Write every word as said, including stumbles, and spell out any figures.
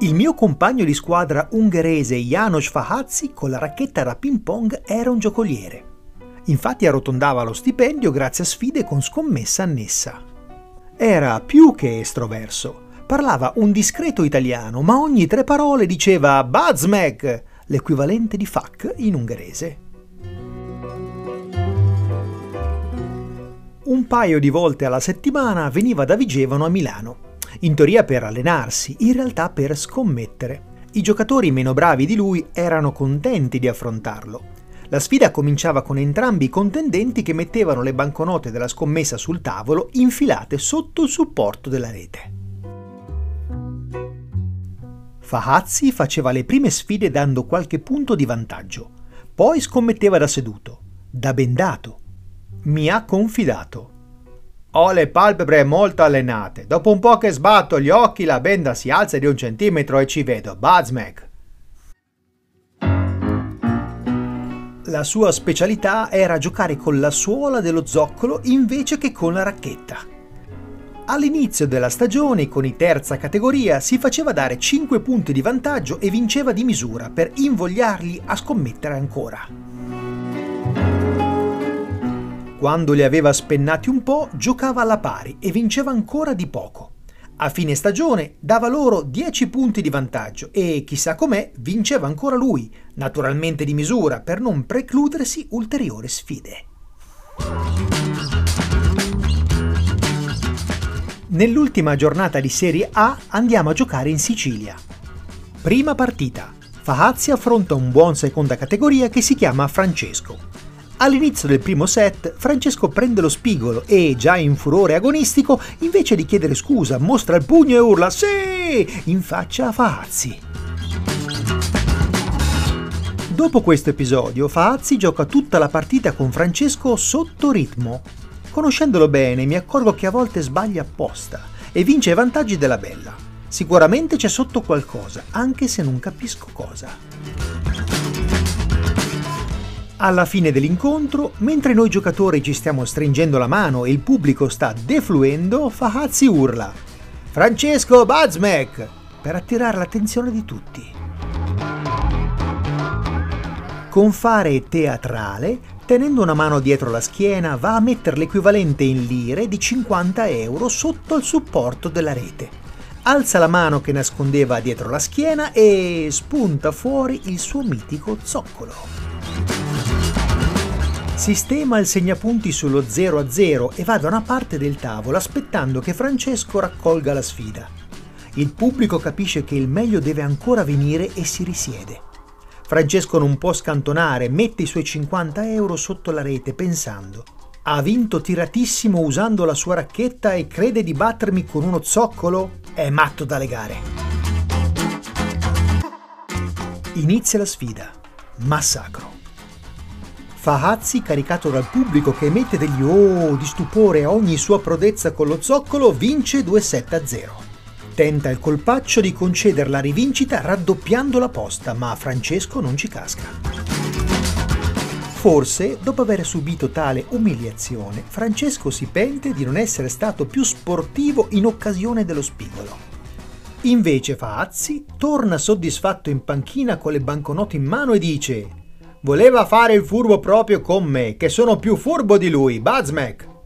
Il mio compagno di squadra ungherese János Faháczy con la racchetta da ping pong era un giocoliere. Infatti arrotondava lo stipendio grazie a sfide con scommessa annessa. Era più che estroverso. Parlava un discreto italiano, ma ogni tre parole diceva "Bazd meg", l'equivalente di fuck in ungherese. Un paio di volte alla settimana veniva da Vigevano a Milano. In teoria per allenarsi, in realtà per scommettere. I giocatori meno bravi di lui erano contenti di affrontarlo. La sfida cominciava con entrambi i contendenti che mettevano le banconote della scommessa sul tavolo infilate sotto il supporto della rete. Faháczy faceva le prime sfide dando qualche punto di vantaggio, poi scommetteva da seduto, da bendato. Mi ha confidato. Ho le palpebre molto allenate. Dopo un po' che sbatto gli occhi, la benda si alza di un centimetro e ci vedo. Bazd meg. La sua specialità era giocare con la suola dello zoccolo invece che con la racchetta. All'inizio della stagione, con i terza categoria, si faceva dare cinque punti di vantaggio e vinceva di misura per invogliarli a scommettere ancora. Quando li aveva spennati un po', giocava alla pari e vinceva ancora di poco. A fine stagione dava loro dieci punti di vantaggio e, chissà com'è, vinceva ancora lui, naturalmente di misura, per non precludersi ulteriori sfide. Nell'ultima giornata di Serie A andiamo a giocare in Sicilia. Prima partita. Faháczy affronta un buon seconda categoria che si chiama Francesco. All'inizio del primo set, Francesco prende lo spigolo e, già in furore agonistico, invece di chiedere scusa, mostra il pugno e urla "Sì!" in faccia a Faháczy. Dopo questo episodio, Faháczy gioca tutta la partita con Francesco sotto ritmo. Conoscendolo bene, mi accorgo che a volte sbaglia apposta e vince i vantaggi della bella. Sicuramente c'è sotto qualcosa, anche se non capisco cosa. Alla fine dell'incontro, mentre noi giocatori ci stiamo stringendo la mano e il pubblico sta defluendo, Faháczy urla "Francesco, bazd meg!" per attirare l'attenzione di tutti. Con fare teatrale, tenendo una mano dietro la schiena, va a mettere l'equivalente in lire di cinquanta euro sotto il supporto della rete. Alza la mano che nascondeva dietro la schiena e spunta fuori il suo mitico zoccolo. Sistema il segnapunti sullo zero a zero e va da una parte del tavolo aspettando che Francesco raccolga la sfida. Il pubblico capisce che il meglio deve ancora venire e si risiede. Francesco non può scantonare, mette i suoi cinquanta euro sotto la rete pensando: ha vinto tiratissimo usando la sua racchetta e crede di battermi con uno zoccolo? È matto da legare. Inizia la sfida. Massacro. Faháczy, caricato dal pubblico che emette degli oh di stupore a ogni sua prodezza con lo zoccolo, vince due sette a zero. Tenta il colpaccio di concedere la rivincita raddoppiando la posta, ma Francesco non ci casca. Forse, dopo aver subito tale umiliazione, Francesco si pente di non essere stato più sportivo in occasione dello spigolo. Invece Faháczy torna soddisfatto in panchina con le banconote in mano e dice: voleva fare il furbo proprio con me, che sono più furbo di lui, bazd meg!